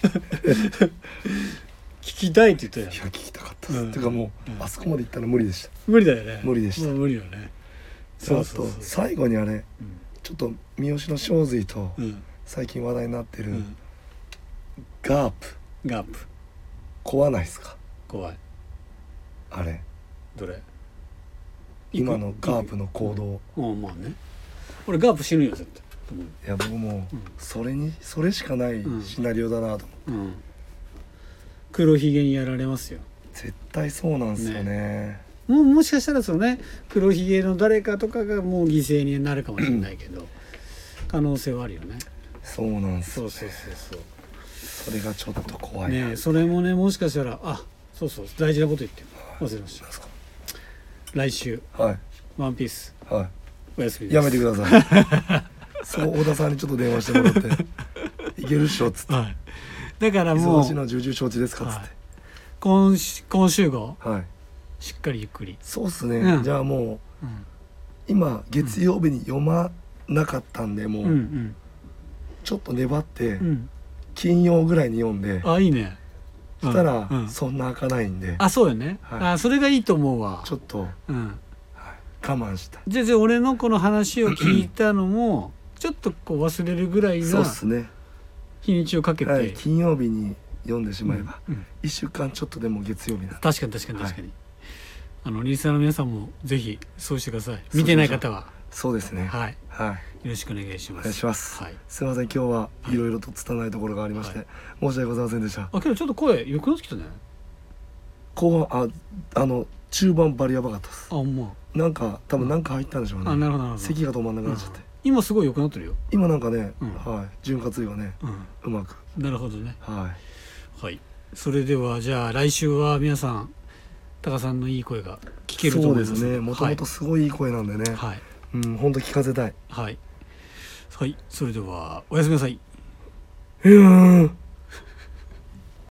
聞きたいって言ったやん。 いや聞きたかったです、うん、てかもう、うん、あそこまで行ったら無理でした。 無理だよね。 無理でした。 もう無理よね。 そうそうそう。最後にあれ、うん、ちょっと三好の正髄と、うん、最近話題になってる、うん、ガープガープ怖ないっすか。 怖い。 あれどれ今のガープの行動。 うん、まあね俺ガープ死ぬよ絶対。 いや僕もそれにそれしかないシナリオだなと思って、うんうん、 黒ひげにやられますよ絶対そうなんですよ ね, ねもうもしかしたらそのね黒ひげの誰かとかがもう犠牲になるかもしれないけど、うん、可能性はあるよね。 そうなんですよ、ね、 そうそうそうそうそれがちょっと怖いね。それもねもしかしたらあそうそう大事なこと言って忘れました。来週、 はい、 ワンピース、 はい、 お休みです。 やめてくださいそう太田さんにちょっと電話してもらっていけるっしょっつって、はい、 だからもう忙しいのは重々承知ですかっつって、はい、 今, 今週号、 はい、 しっかりゆっくりそうっすね、うん、じゃあもう、うん、今月曜日に読まなかったんでもう、うんうん、ちょっと粘って、うん、金曜ぐらいに読んであいいねそしたら、うん、そんな開かないんであそうよね、はい、あそれがいいと思うわちょっと、うん、はい、 我慢した。 じゃあじゃあ俺のこの話を聞いたのもちょっとこう忘れるぐらいなそうっすね、 日にちをかけて、 はい、金曜日に読んでしまえば、 うんうん、 いっしゅうかんちょっとでも月曜日なんで。 確かに確かに確かに、はい、あのリスナーの皆さんもぜひそうしてください。 そう見てない方はそうですね、 はい、 はい、 よろしくお願いします。 お願いします、 はい、 すいません今日はいろいろと拙いところがありまして、はい、申し訳ございませんでした。 あけどちょっと声良くなってきたね。 後半ああの中盤バリヤバかったです。 あほんまなんか多分なんか入ったんでしょうね、 うん、あなるほどなるほど。 咳が止まんなくなっちゃって、うん、 今すごい良くなってるよ。 今なんかね、 うん、 はい、潤滑油がね、うん、うまく。 なるほどね。 はい、 はい、それではじゃあ来週は皆さんタカさんのいい声が聞けると思います。 そうですね、もともとすごいいい声なんでね、はい、うん、本当聞かせたい。 はい、はい、それではおやすみなさい。 いやー